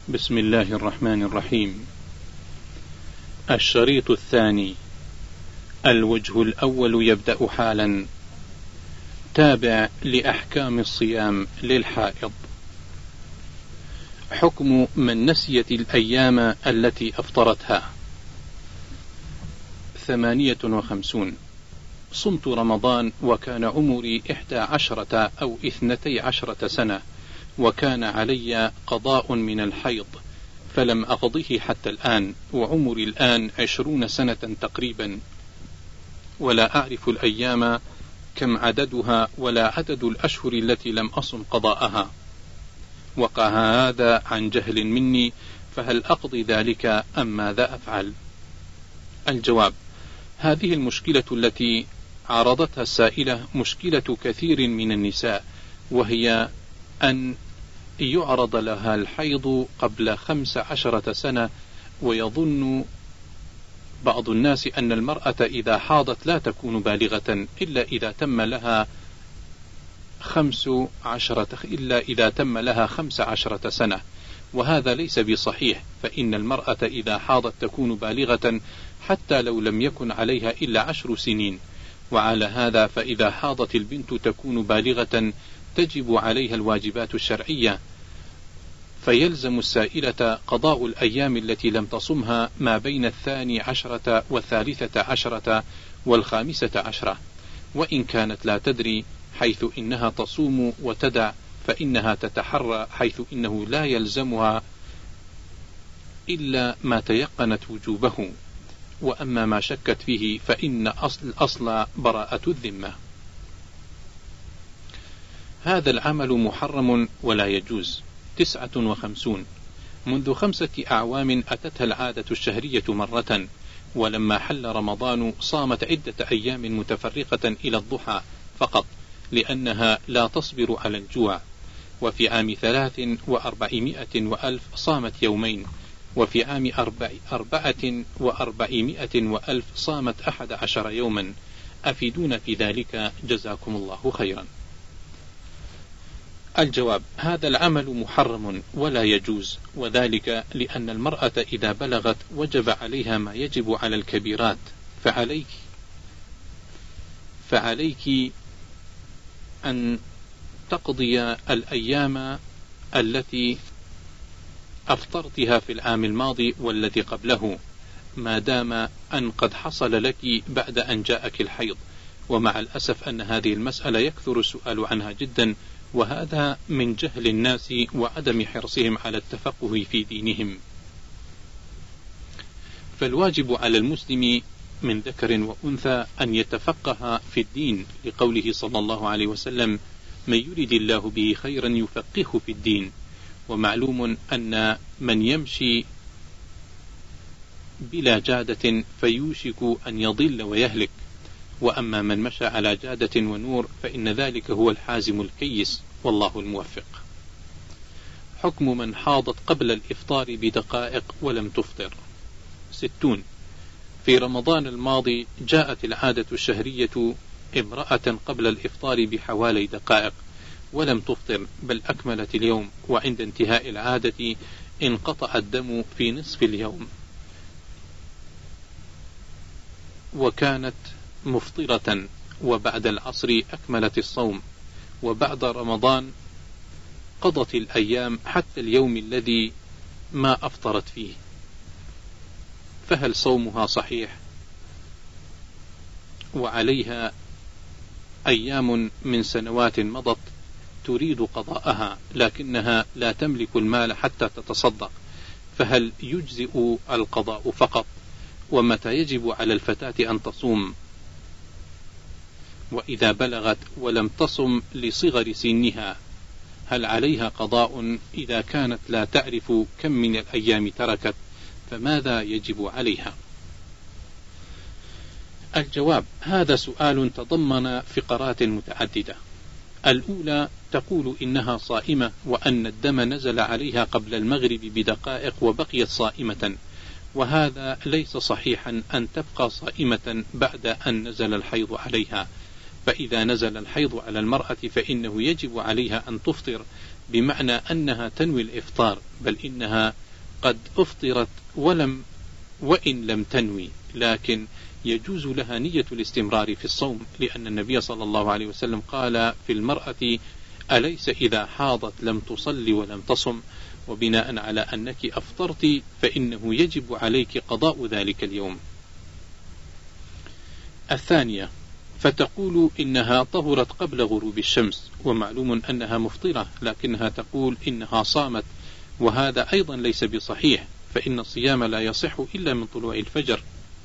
بسم الله الرحمن الرحيم. الشريط الثاني. الوجه الأول يبدأ حالا. تابع لأحكام الصيام للحائض. حكم من نسيت الأيام التي أفطرتها. 58. صمت رمضان وكان عمري 11 أو 12 سنة، وكان علي قضاء من الحيض فلم أقضه حتى الآن، وعمري الآن 20 سنة تقريبا، ولا أعرف الأيام كم عددها ولا عدد الأشهر التي لم أصم قضاءها. وقع هذا عن جهل مني، فهل أقضي ذلك أم ماذا أفعل؟ الجواب: هذه المشكلة التي عرضتها السائلة مشكلة كثير من النساء، وهي أن يعرض لها الحيض قبل 15 سنة، ويظن بعض الناس أن المرأة إذا حاضت لا تكون بالغة إلا إذا تم لها 15 سنة، وهذا ليس بصحيح، فإن المرأة إذا حاضت تكون بالغة حتى لو لم يكن عليها إلا 10 سنين. وعلى هذا فإذا حاضت البنت تكون بالغة تجب عليها الواجبات الشرعية، فيلزم السائلة قضاء الأيام التي لم تصمها ما بين 12 و13 و15، وإن كانت لا تدري، حيث إنها تصوم وتدع، فإنها تتحرى، حيث إنه لا يلزمها إلا ما تيقنت وجوبه، وأما ما شكت فيه فإن الأصل براءة الذمة. هذا العمل محرم ولا يجوز. 59. منذ 5 أعوام أتتها العادة الشهرية مرة، ولما حل رمضان صامت عدة أيام متفرقة إلى الضحى فقط، لأنها لا تصبر على الجوع. وفي عام 4300 وألف صامت يومين، وفي عام 4400 وألف صامت 11 يوما. أفيدون في ذلك جزاكم الله خيرا. الجواب: هذا العمل محرم ولا يجوز، وذلك لأن المرأة إذا بلغت وجب عليها ما يجب على الكبيرات، فعليك أن تقضي الأيام التي أفطرتها في العام الماضي والذي قبله، ما دام أن قد حصل لك بعد أن جاءك الحيض. ومع الأسف أن هذه المسألة يكثر السؤال عنها جدا، وهذا من جهل الناس وعدم حرصهم على التفقه في دينهم. فالواجب على المسلم من ذكر وأنثى أن يتفقه في الدين، لقوله صلى الله عليه وسلم: من يرد الله به خيرا يفقهه في الدين. ومعلوم أن من يمشي بلا جادة فيوشك أن يضل ويهلك، وأما من مشى على جادة ونور فإن ذلك هو الحازم الكيس، والله الموفق. حكم من حاضت قبل الإفطار بدقائق ولم تفطر. 60. في رمضان الماضي جاءت العادة الشهرية امرأة قبل الإفطار بحوالي دقائق ولم تفطر، بل أكملت اليوم، وعند انتهاء العادة انقطع الدم في نصف اليوم، وكانت مفطرة، وبعد العصر أكملت الصوم، وبعد رمضان قضت الأيام حتى اليوم الذي ما أفطرت فيه، فهل صومها صحيح؟ وعليها أيام من سنوات مضت تريد قضاءها، لكنها لا تملك المال حتى تتصدق، فهل يجزئ القضاء فقط؟ ومتى يجب على الفتاة أن تصوم؟ وإذا بلغت ولم تصم لصغر سنها هل عليها قضاء؟ إذا كانت لا تعرف كم من الأيام تركت فماذا يجب عليها؟ الجواب: هذا سؤال تضمن فقرات متعددة. الأولى تقول إنها صائمة، وأن الدم نزل عليها قبل المغرب بدقائق وبقيت صائمة، وهذا ليس صحيحا أن تبقى صائمة بعد أن نزل الحيض عليها، فإذا نزل الحيض على المرأة فإنه يجب عليها أن تفطر، بمعنى أنها تنوي الإفطار، بل إنها قد أفطرت وإن لم تنوي، لكن يجوز لها نية الاستمرار في الصوم، لأن النبي صلى الله عليه وسلم قال في المرأة: أليس إذا حاضت لم تصلي ولم تصم؟ وبناء على أنك أفطرت فإنه يجب عليك قضاء ذلك اليوم. الثانية، فتقول إنها طهرت قبل غروب الشمس، ومعلوم أنها مفطرة، لكنها تقول إنها صامت، وهذا أيضا ليس بصحيح، فإن الصيام لا يصح إلا من طلوع الفجر،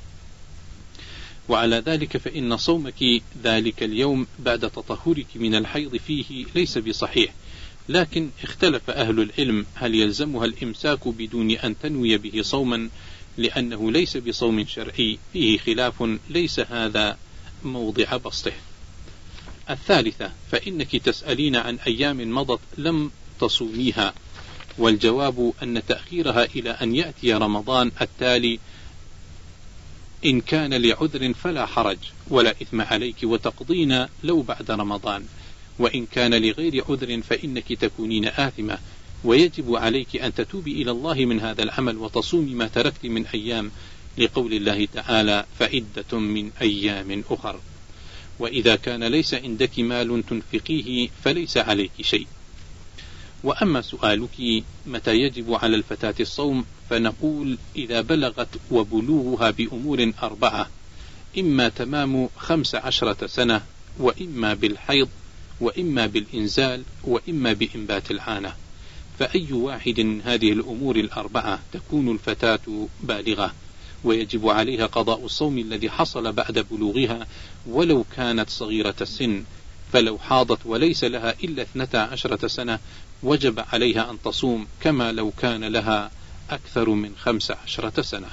وعلى ذلك فإن صومك ذلك اليوم بعد تطهرك من الحيض فيه ليس بصحيح. لكن اختلف أهل العلم هل يلزمها الإمساك بدون أن تنوي به صوما، لأنه ليس بصوم شرعي، فيه خلاف ليس هذا موضع بسطه. الثالثة، فإنك تسألين عن أيام مضت لم تصوميها، والجواب أن تأخيرها إلى أن يأتي رمضان التالي إن كان لعذر فلا حرج ولا إثم عليك، وتقضين لو بعد رمضان، وإن كان لغير عذر فإنك تكونين آثمة، ويجب عليك أن تتوبي إلى الله من هذا العمل وتصومي ما تركت من أيام، لقول الله تعالى: فعدة من أيام أخر. وإذا كان ليس عندك مال تنفقيه فليس عليك شيء. وأما سؤالك متى يجب على الفتاة الصوم، فنقول: إذا بلغت، وبلوغها بأمور 4: إما تمام 15 سنة، وإما بالحيض، وإما بالإنزال، وإما بإنبات العانة، فأي واحد من هذه الأمور 4 تكون الفتاة بالغة، ويجب عليها قضاء الصوم الذي حصل بعد بلوغها ولو كانت صغيرة السن. فلو حاضت وليس لها إلا 12 سنة وجب عليها أن تصوم، كما لو كان لها أكثر من 15 سنة.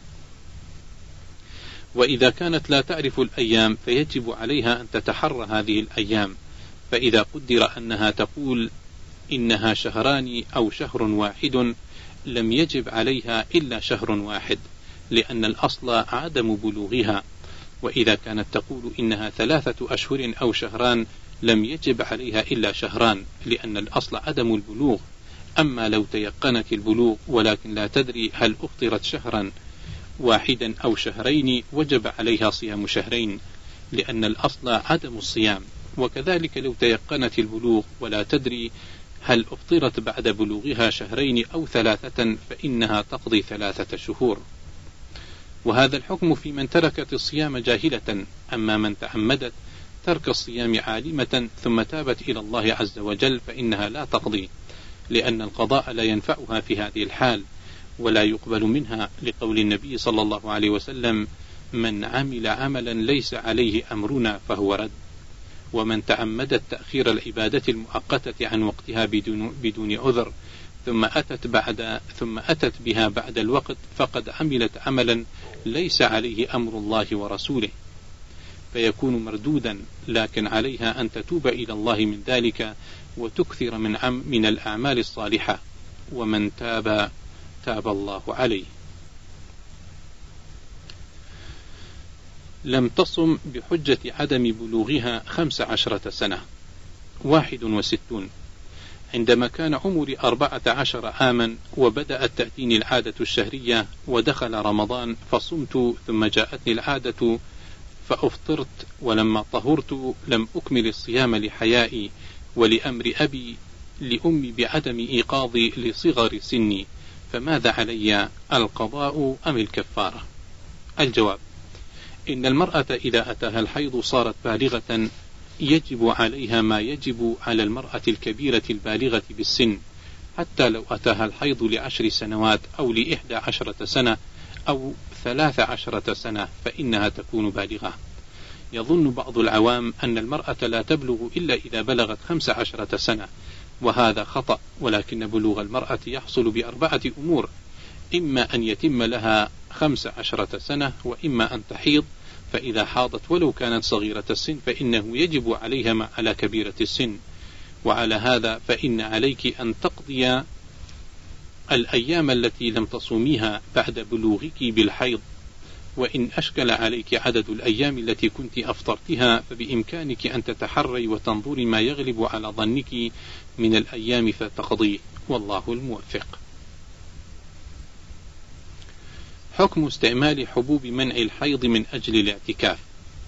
وإذا كانت لا تعرف الأيام فيجب عليها أن تتحرى هذه الأيام، فإذا قدر أنها تقول إنها شهران أو شهر واحد لم يجب عليها إلا شهر واحد، لأن الأصل عدم بلوغها. وإذا كانت تقول إنها 3 أشهر أو شهران لم يجب عليها إلا شهران، لأن الأصل عدم البلوغ. أما لو تيقنت البلوغ ولكن لا تدري هل أفطرت شهرا واحدا أو شهرين وجب عليها صيام شهرين، لأن الأصل عدم الصيام. وكذلك لو تيقنت البلوغ ولا تدري هل أفطرت بعد بلوغها شهرين أو 3 فإنها تقضي 3 شهور. وهذا الحكم في من تركت الصيام جاهلة. أما من تعمدت ترك الصيام عالمة ثم تابت إلى الله عز وجل فإنها لا تقضي، لأن القضاء لا ينفعها في هذه الحال ولا يقبل منها، لقول النبي صلى الله عليه وسلم: من عمل عملا ليس عليه أمرنا فهو رد. ومن تعمدت تأخير العبادة المؤقتة عن وقتها بدون عذر ثم أتت بها بعد الوقت فقد عملت عملا ليس عليه أمر الله ورسوله، فيكون مردودا. لكن عليها أن تتوب إلى الله من ذلك وتكثر من الأعمال الصالحة، ومن تاب الله عليه. لم تصم بحجة عدم بلوغها 15 سنة. 61. عندما كان عمري 14 عاما وبدأت تأتيني العادة الشهرية ودخل رمضان فصمت، ثم جاءتني العادة فأفطرت، ولما طهرت لم أكمل الصيام لحيائي ولأمر أبي لأمي بعدم إيقاظي لصغر سني، فماذا علي، القضاء أم الكفارة؟ الجواب: إن المرأة إذا أتاها الحيض صارت بالغة يجب عليها ما يجب على المرأة الكبيرة البالغة بالسن، حتى لو أتاها الحيض ل10 سنوات أو ل11 سنة أو 13 سنة فإنها تكون بالغة. يظن بعض العوام أن المرأة لا تبلغ إلا إذا بلغت 15 سنة، وهذا خطأ، ولكن بلوغ المرأة يحصل ب4 أمور: إما أن يتم لها 15 سنة، وإما أن تحيض، فإذا حاضت ولو كانت صغيرة السن فإنه يجب عليها ما على كبيرة السن. وعلى هذا فإن عليك أن تقضي الأيام التي لم تصوميها بعد بلوغك بالحيض، وإن أشكل عليك عدد الأيام التي كنت أفطرتها فبإمكانك أن تتحري وتنظري ما يغلب على ظنك من الأيام فتقضيه، والله الموفق. حكم استعمال حبوب منع الحيض من أجل الاعتكاف.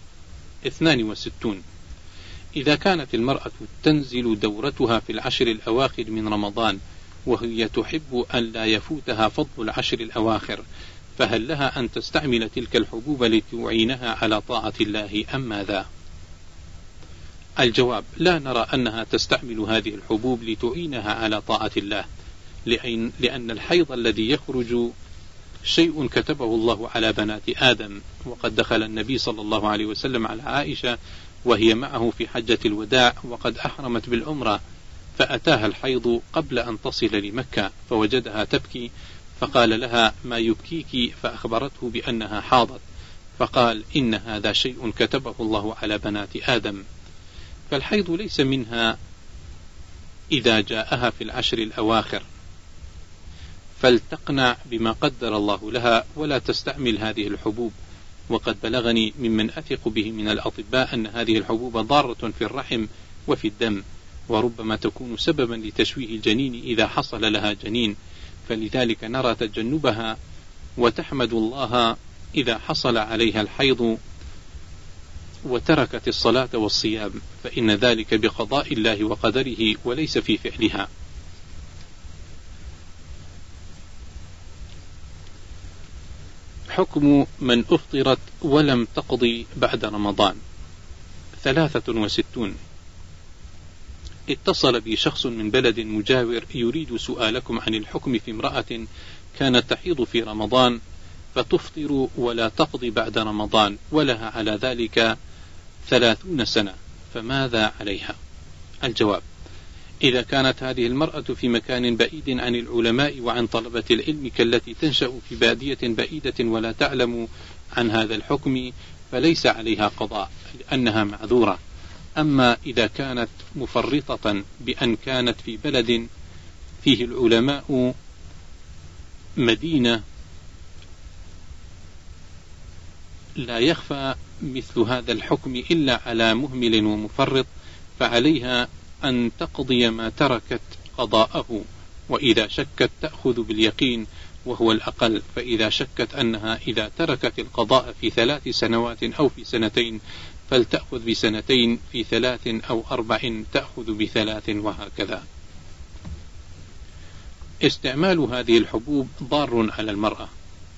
62. إذا كانت المرأة تنزل دورتها في العشر الأواخر من رمضان وهي تحب أن لا يفوتها فضل العشر الأواخر، فهل لها أن تستعمل تلك الحبوب لتعينها على طاعة الله أم ماذا؟ الجواب: لا نرى أنها تستعمل هذه الحبوب لتعينها على طاعة الله، لأن الحيض الذي يخرج شيء كتبه الله على بنات آدم، وقد دخل النبي صلى الله عليه وسلم على عائشة وهي معه في حجة الوداع وقد أحرمت بالعمرة، فأتاها الحيض قبل أن تصل لمكة فوجدها تبكي، فقال لها: ما يبكيك؟ فأخبرته بأنها حاضت، فقال: إن هذا شيء كتبه الله على بنات آدم. فالحيض ليس منها إذا جاءها في العشر الأواخر، فلتقنع بما قدر الله لها ولا تستعمل هذه الحبوب. وقد بلغني ممن أثق به من الأطباء أن هذه الحبوب ضارة في الرحم وفي الدم، وربما تكون سببا لتشويه الجنين إذا حصل لها جنين، فلذلك نرى تجنبها، وتحمد الله إذا حصل عليها الحيض وتركت الصلاة والصيام، فإن ذلك بقضاء الله وقدره وليس في فعلها. حكم من أفطرت ولم تقضي بعد رمضان. 63. اتصل بي شخص من بلد مجاور يريد سؤالكم عن الحكم في امرأة كانت تحيض في رمضان فتفطر ولا تقضي بعد رمضان ولها على ذلك 30 سنة، فماذا عليها؟ الجواب: إذا كانت هذه المرأة في مكان بعيد عن العلماء وعن طلبة العلم كالتي تنشأ في بادية بعيدة ولا تعلم عن هذا الحكم فليس عليها قضاء لأنها معذورة. أما إذا كانت مفرطة بأن كانت في بلد فيه العلماء مدينة لا يخفى مثل هذا الحكم إلا على مهمل ومفرط، فعليها أن تقضي ما تركت قضاءه، وإذا شكت تأخذ باليقين وهو الأقل، فإذا شكت أنها إذا تركت القضاء في 3 سنوات أو في 2 سنين فلتأخذ ب2 في 3 أو 4 تأخذ ب3 وهكذا. استعمال هذه الحبوب ضار على المرأة.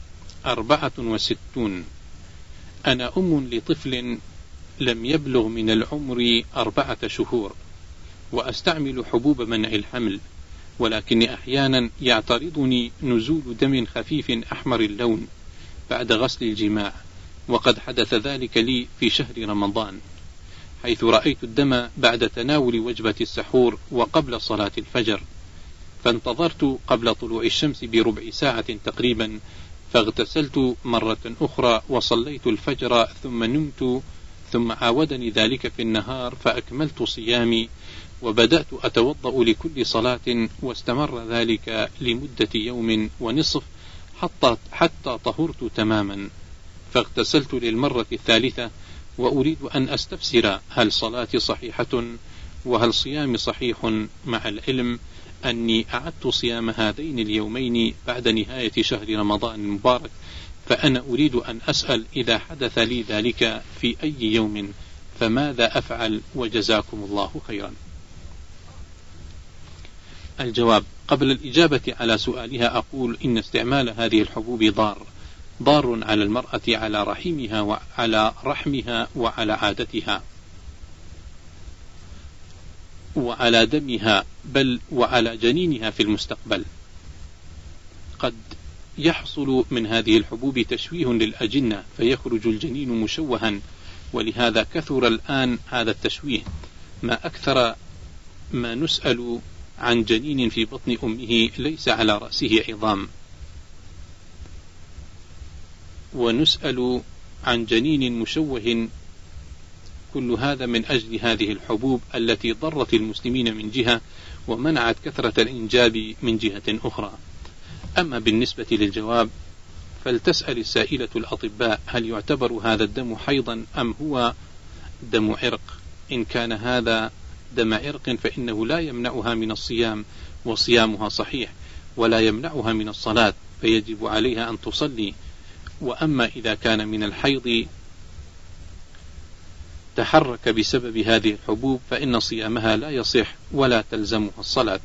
64. أنا أم لطفل لم يبلغ من العمر 4 شهور، وأستعمل حبوب منع الحمل، ولكني أحيانا يعترضني نزول دم خفيف أحمر اللون بعد غسل الجماع، وقد حدث ذلك لي في شهر رمضان، حيث رأيت الدم بعد تناول وجبة السحور وقبل صلاة الفجر، فانتظرت قبل طلوع الشمس بربع ساعة تقريبا، فاغتسلت مرة أخرى وصليت الفجر ثم نمت، ثم عاودني ذلك في النهار فأكملت صيامي، وبدأت أتوضأ لكل صلاة، واستمر ذلك لمدة يوم ونصف حتى طهرت تماما، فاغتسلت للمرة الثالثة، وأريد أن أستفسر هل صلاتي صحيحة وهل صيامي صحيح، مع العلم أني أعدت صيام هذين اليومين بعد نهاية شهر رمضان المبارك، فأنا أريد أن أسأل إذا حدث لي ذلك في أي يوم فماذا أفعل، وجزاكم الله خيرا. الجواب: قبل الإجابة على سؤالها أقول إن استعمال هذه الحبوب ضار على المرأة، على رحمها وعلى عادتها وعلى دمها، بل وعلى جنينها في المستقبل. قد يحصل من هذه الحبوب تشويه للأجنة فيخرج الجنين مشوها، ولهذا كثر الآن هذا التشويه، ما أكثر ما نسأل عن جنين في بطن أمه ليس على رأسه عظام، ونسأل عن جنين مشوه، كل هذا من أجل هذه الحبوب التي ضرت المسلمين من جهة ومنعت كثرة الإنجاب من جهة أخرى. أما بالنسبة للجواب فلتسأل السائلة الأطباء هل يعتبر هذا الدم حيضا أم هو دم عرق؟ إن كان هذا دم عرق فإنه لا يمنعها من الصيام وصيامها صحيح، ولا يمنعها من الصلاة فيجب عليها أن تصلي. وأما إذا كان من الحيض تحرك بسبب هذه الحبوب فإن صيامها لا يصح ولا تلزمها الصلاة.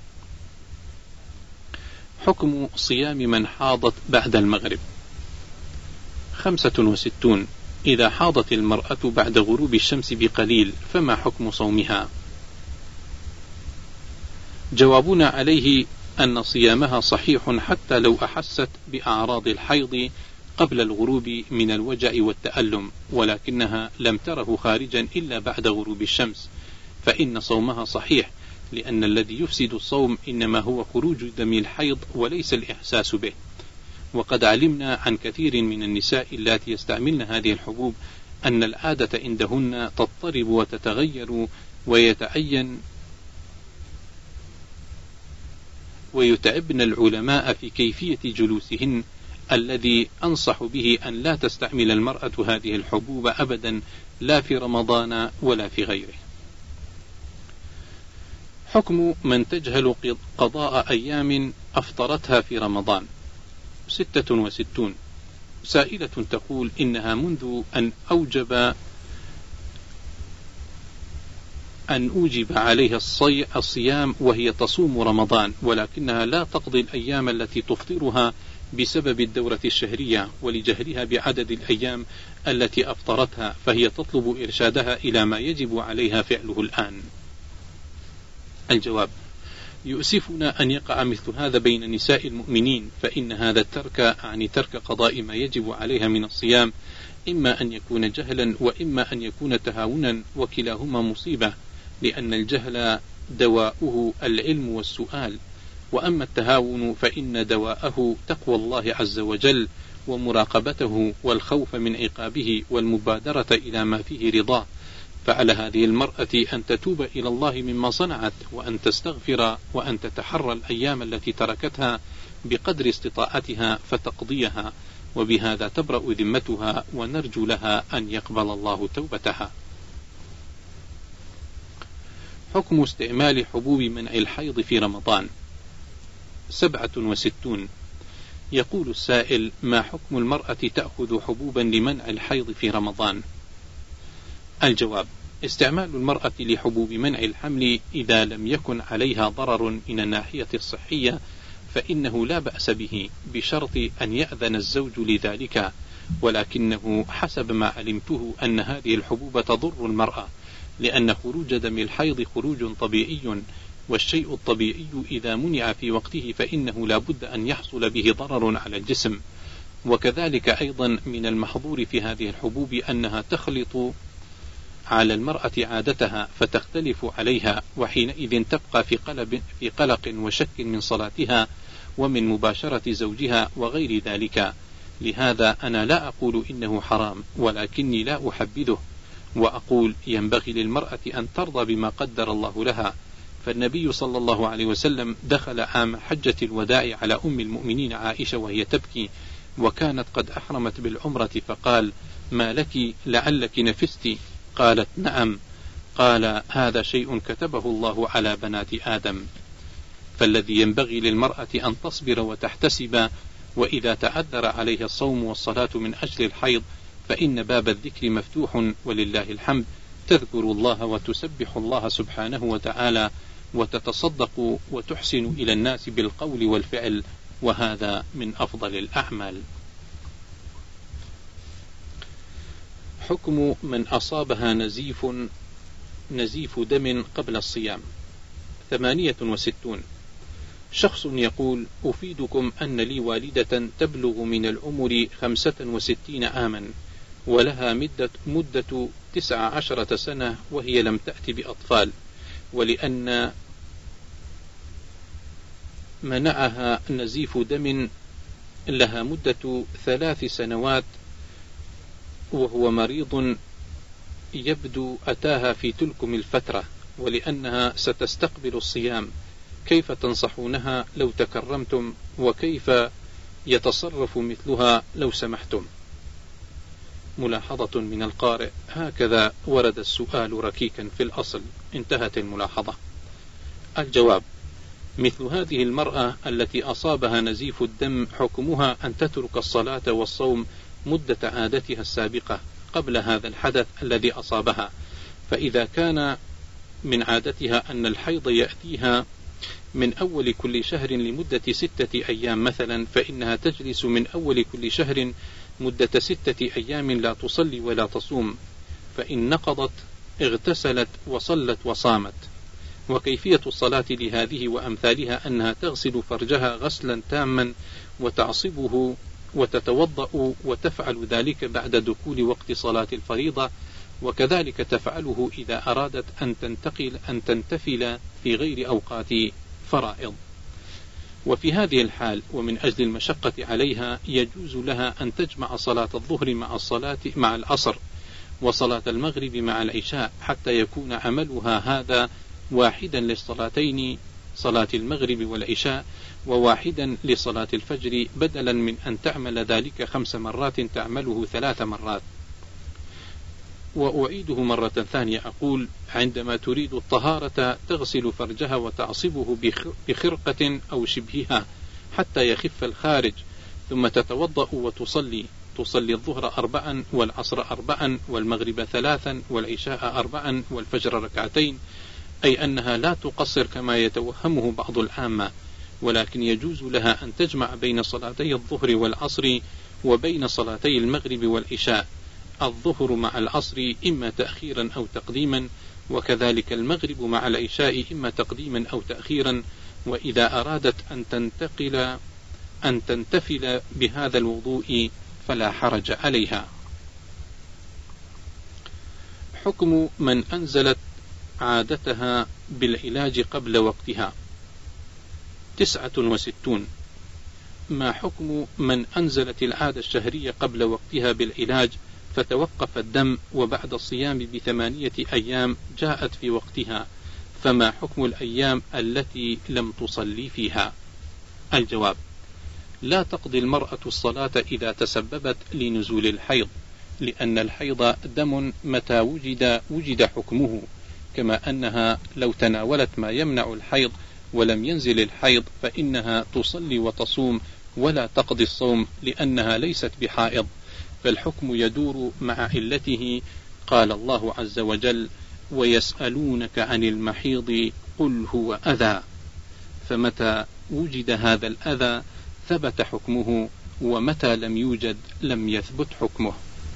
حكم صيام من حاضت بعد المغرب. 65. إذا حاضت المرأة بعد غروب الشمس بقليل فما حكم صومها؟ جوابنا عليه أن صيامها صحيح حتى لو أحست بأعراض الحيض قبل الغروب من الوجع والتألم، ولكنها لم تره خارجا إلا بعد غروب الشمس، فإن صومها صحيح، لأن الذي يفسد الصوم إنما هو خروج دم الحيض وليس الإحساس به. وقد علمنا عن كثير من النساء اللاتي يستعملن هذه الحبوب أن العادة عندهن تضطرب وتتغير ويتعبن العلماء في كيفية جلوسهن، الذي أنصح به أن لا تستعمل المرأة هذه الحبوب أبدا، لا في رمضان ولا في غيره. حكم من تجهل قضاء أيام أفطرتها في رمضان. 66. سائلة تقول إنها منذ أن أوجب عليها الصيام وهي تصوم رمضان، ولكنها لا تقضي الأيام التي تفطرها بسبب الدورة الشهرية ولجهلها بعدد الأيام التي أفطرتها، فهي تطلب إرشادها إلى ما يجب عليها فعله الآن. الجواب: يؤسفنا أن يقع مثل هذا بين نساء المؤمنين، فإن هذا الترك ترك قضاء ما يجب عليها من الصيام، إما أن يكون جهلا وإما أن يكون تهاونا، وكلاهما مصيبة، لأن الجهل دواؤه العلم والسؤال، وأما التهاون فإن دواءه تقوى الله عز وجل ومراقبته والخوف من عقابه والمبادرة إلى ما فيه رضاه. فعلى هذه المرأة أن تتوب إلى الله مما صنعت، وأن تستغفر، وأن تتحرى الأيام التي تركتها بقدر استطاعتها فتقضيها، وبهذا تبرأ ذمتها، ونرجو لها أن يقبل الله توبتها. حكم استعمال حبوب منع الحيض في رمضان. 67. يقول السائل: ما حكم المرأة تأخذ حبوبا لمنع الحيض في رمضان؟ الجواب: استعمال المرأة لحبوب منع الحمل إذا لم يكن عليها ضرر من الناحية الصحية فإنه لا بأس به، بشرط أن يأذن الزوج لذلك، ولكنه حسب ما علمته أن هذه الحبوب تضر المرأة، لأن خروج دم الحيض خروج طبيعي، والشيء الطبيعي إذا منع في وقته فإنه لا بد أن يحصل به ضرر على الجسم. وكذلك أيضا من المحظور في هذه الحبوب أنها تخلط على المرأة عادتها فتختلف عليها، وحينئذ تبقى في قلق وشك من صلاتها ومن مباشرة زوجها وغير ذلك. لهذا أنا لا أقول إنه حرام، ولكني لا أحبذه، وأقول ينبغي للمرأة أن ترضى بما قدر الله لها. فالنبي صلى الله عليه وسلم دخل عام حجة الوداع على أم المؤمنين عائشة وهي تبكي، وكانت قد أحرمت بالعمرة، فقال: ما لك لعلك نفست؟ قالت: نعم. قال: هذا شيء كتبه الله على بنات آدم. فالذي ينبغي للمرأة أن تصبر وتحتسب، وإذا تعذر عليها الصوم والصلاة من أجل الحيض فإن باب الذكر مفتوح ولله الحمد، تذكر الله وتسبح الله سبحانه وتعالى وتتصدق وتحسن إلى الناس بالقول والفعل، وهذا من أفضل الأعمال. حكم من أصابها نزيف دم قبل الصيام. 68. شخص يقول: أفيدكم أن لي والدة تبلغ من العمر 65 عاما، ولها مدة 19 سنة وهي لم تأت بأطفال، ولأن منعها نزيف دم لها مدة 3 سنوات وهو مريض يبدو أتاها في تلكم الفترة، ولأنها ستستقبل الصيام، كيف تنصحونها لو تكرمتم؟ وكيف يتصرف مثلها لو سمحتم. ملاحظة من القارئ: هكذا ورد السؤال ركيكا في الأصل. انتهت الملاحظة. الجواب: مثل هذه المرأة التي أصابها نزيف الدم حكمها أن تترك الصلاة والصوم مدة عادتها السابقة قبل هذا الحدث الذي أصابها. فإذا كان من عادتها أن الحيض يأتيها من أول كل شهر لمدة 6 أيام مثلا، فإنها تجلس من أول كل شهر مدة 6 أيام لا تصلي ولا تصوم، فإن نقضت اغتسلت وصلت وصامت. وكيفية الصلاة لهذه وأمثالها أنها تغسل فرجها غسلا تاما وتعصبه وتتوضأ، وتفعل ذلك بعد دخول وقت صلاة الفريضة، وكذلك تفعله إذا أرادت أن تنتفل في غير أوقات فرائض. وفي هذه الحال ومن أجل المشقة عليها يجوز لها أن تجمع صلاة الظهر مع العصر، وصلاة المغرب مع العشاء، حتى يكون عملها هذا واحدا للصلاتين، صلاة المغرب والعشاء، وواحدا لصلاة الفجر، بدلا من أن تعمل ذلك 5 مرات تعمله 3 مرات. وأعيده مرة ثانية أقول: عندما تريد الطهارة تغسل فرجها وتعصبه بخرقة أو شبهها حتى يخف الخارج، ثم تتوضأ وتصلي الظهر 4 والعصر 4 والمغرب 3 والعشاء 4 والفجر 2، أي أنها لا تقصر كما يتوهمه بعض العامة، ولكن يجوز لها أن تجمع بين صلاتي الظهر والعصر وبين صلاتي المغرب والعشاء، الظهر مع العصر إما تأخيرا أو تقديما، وكذلك المغرب مع العشاء إما تقديما أو تأخيرا. وإذا أرادت أن تنتفل بهذا الوضوء فلا حرج عليها. حكم من أنزلت عادتها بالعلاج قبل وقتها. 69. ما حكم من أنزلت العادة الشهرية قبل وقتها بالعلاج فتوقف الدم، وبعد الصيام ب8 أيام جاءت في وقتها، فما حكم الأيام التي لم تصلي فيها؟ الجواب: لا تقضي المرأة الصلاة إذا تسببت لنزول الحيض، لأن الحيض دم متى وجد حكمه، كما أنها لو تناولت ما يمنع الحيض ولم ينزل الحيض فإنها تصلي وتصوم ولا تقضي الصوم، لأنها ليست بحائض، فالحكم يدور مع علته. قال الله عز وجل: ويسألونك عن المحيض قل هو أذى، فمتى وجد هذا الأذى ثبت حكمه، ومتى لم يوجد لم يثبت حكمه.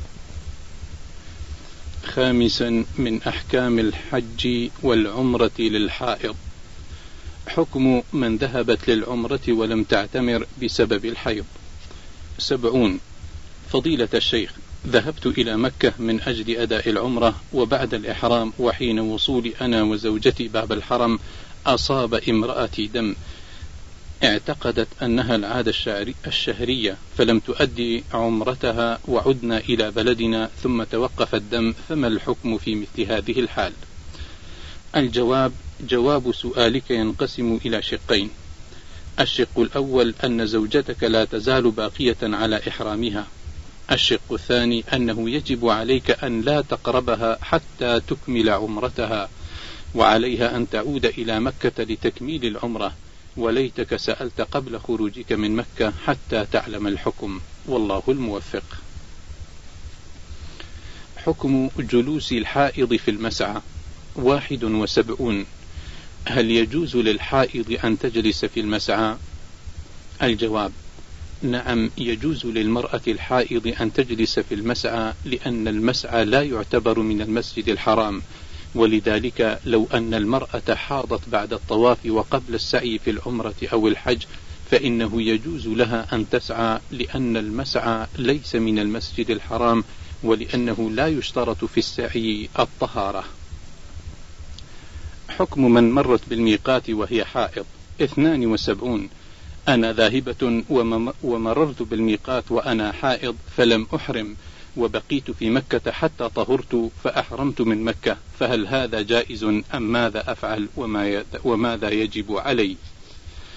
5. من أحكام الحج والعمرة للحائض. حكم من ذهبت للعمرة ولم تعتمر بسبب الحيض. 70. فضيلة الشيخ، ذهبت إلى مكة من أجل أداء العمرة، وبعد الإحرام وحين وصولي أنا وزوجتي باب الحرم أصاب امرأتي دم، اعتقدت أنها العادة الشهرية، فلم تؤدي عمرتها وعدنا إلى بلدنا ثم توقف الدم، فما الحكم في مثل هذه الحال؟ الجواب: جواب سؤالك ينقسم إلى شقين. الشق الأول أن زوجتك لا تزال باقية على إحرامها. الشق الثاني أنه يجب عليك أن لا تقربها حتى تكمل عمرتها، وعليها أن تعود إلى مكة لتكميل العمرة، وليتك سألت قبل خروجك من مكة حتى تعلم الحكم، والله الموفق. حكم جلوس الحائض في المسعى. 71. هل يجوز للحائض أن تجلس في المسعى؟ الجواب: نعم، يجوز للمرأة الحائض أن تجلس في المسعى، لأن المسعى لا يعتبر من المسجد الحرام، ولذلك لو أن المرأة حاضت بعد الطواف وقبل السعي في العمرة أو الحج فإنه يجوز لها أن تسعى، لأن المسعى ليس من المسجد الحرام، ولأنه لا يشترط في السعي الطهارة. حكم من مرت بالميقات وهي حائض. 72. أنا ذاهبة ومررت بالميقات وأنا حائض فلم أحرم، وبقيت في مكة حتى طهرت فأحرمت من مكة، فهل هذا جائز أم ماذا أفعل وماذا يجب علي؟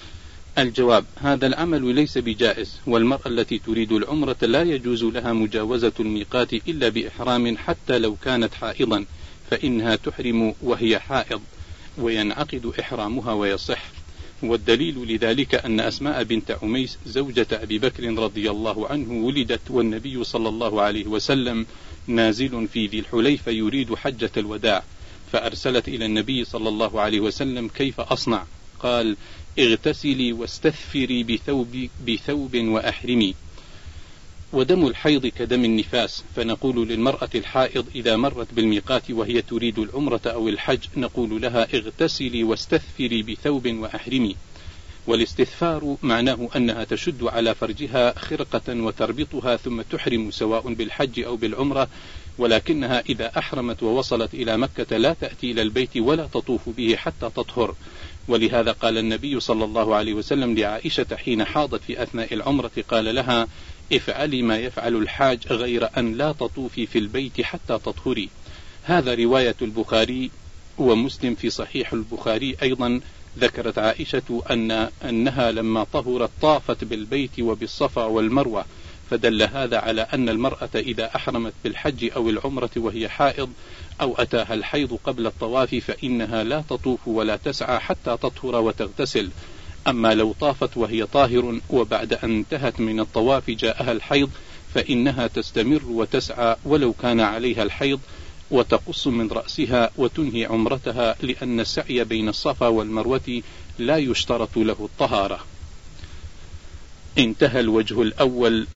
الجواب: هذا العمل ليس بجائز، والمرأة التي تريد العمرة لا يجوز لها مجاوزة الميقات إلا بإحرام حتى لو كانت حائضا، فإنها تحرم وهي حائض وينعقد إحرامها ويصح. والدليل لذلك أن أسماء بنت عميس زوجة أبي بكر رضي الله عنه ولدت والنبي صلى الله عليه وسلم نازل في ذي الحليفة يريد حجة الوداع، فأرسلت إلى النبي صلى الله عليه وسلم: كيف أصنع؟ قال: اغتسلي واستثفري بثوب وأحرمي. ودم الحيض كدم النفاس، فنقول للمرأة الحائض إذا مرت بالميقات وهي تريد العمرة أو الحج نقول لها: اغتسلي واستثفري بثوب وأحرمي. والاستثفار معناه أنها تشد على فرجها خرقة وتربطها ثم تحرم سواء بالحج أو بالعمرة، ولكنها إذا أحرمت ووصلت إلى مكة لا تأتي إلى البيت ولا تطوف به حتى تطهر. ولهذا قال النبي صلى الله عليه وسلم لعائشة حين حاضت في أثناء العمرة، قال لها: افعلي ما يفعل الحاج غير أن لا تطوفي في البيت حتى تطهري. هذا رواية البخاري ومسلم. في صحيح البخاري أيضا ذكرت عائشة أنها لما طهرت طافت بالبيت وبالصفا والمروة، فدل هذا على أن المرأة إذا أحرمت بالحج أو العمرة وهي حائض أو أتاها الحيض قبل الطواف فإنها لا تطوف ولا تسعى حتى تطهر وتغتسل. أما لو طافت وهي طاهر وبعد أن انتهت من الطواف جاءها الحيض فإنها تستمر وتسعى ولو كان عليها الحيض، وتقص من رأسها وتنهي عمرتها، لأن السعي بين الصفا والمروة لا يشترط له الطهارة. انتهى الوجه الأول.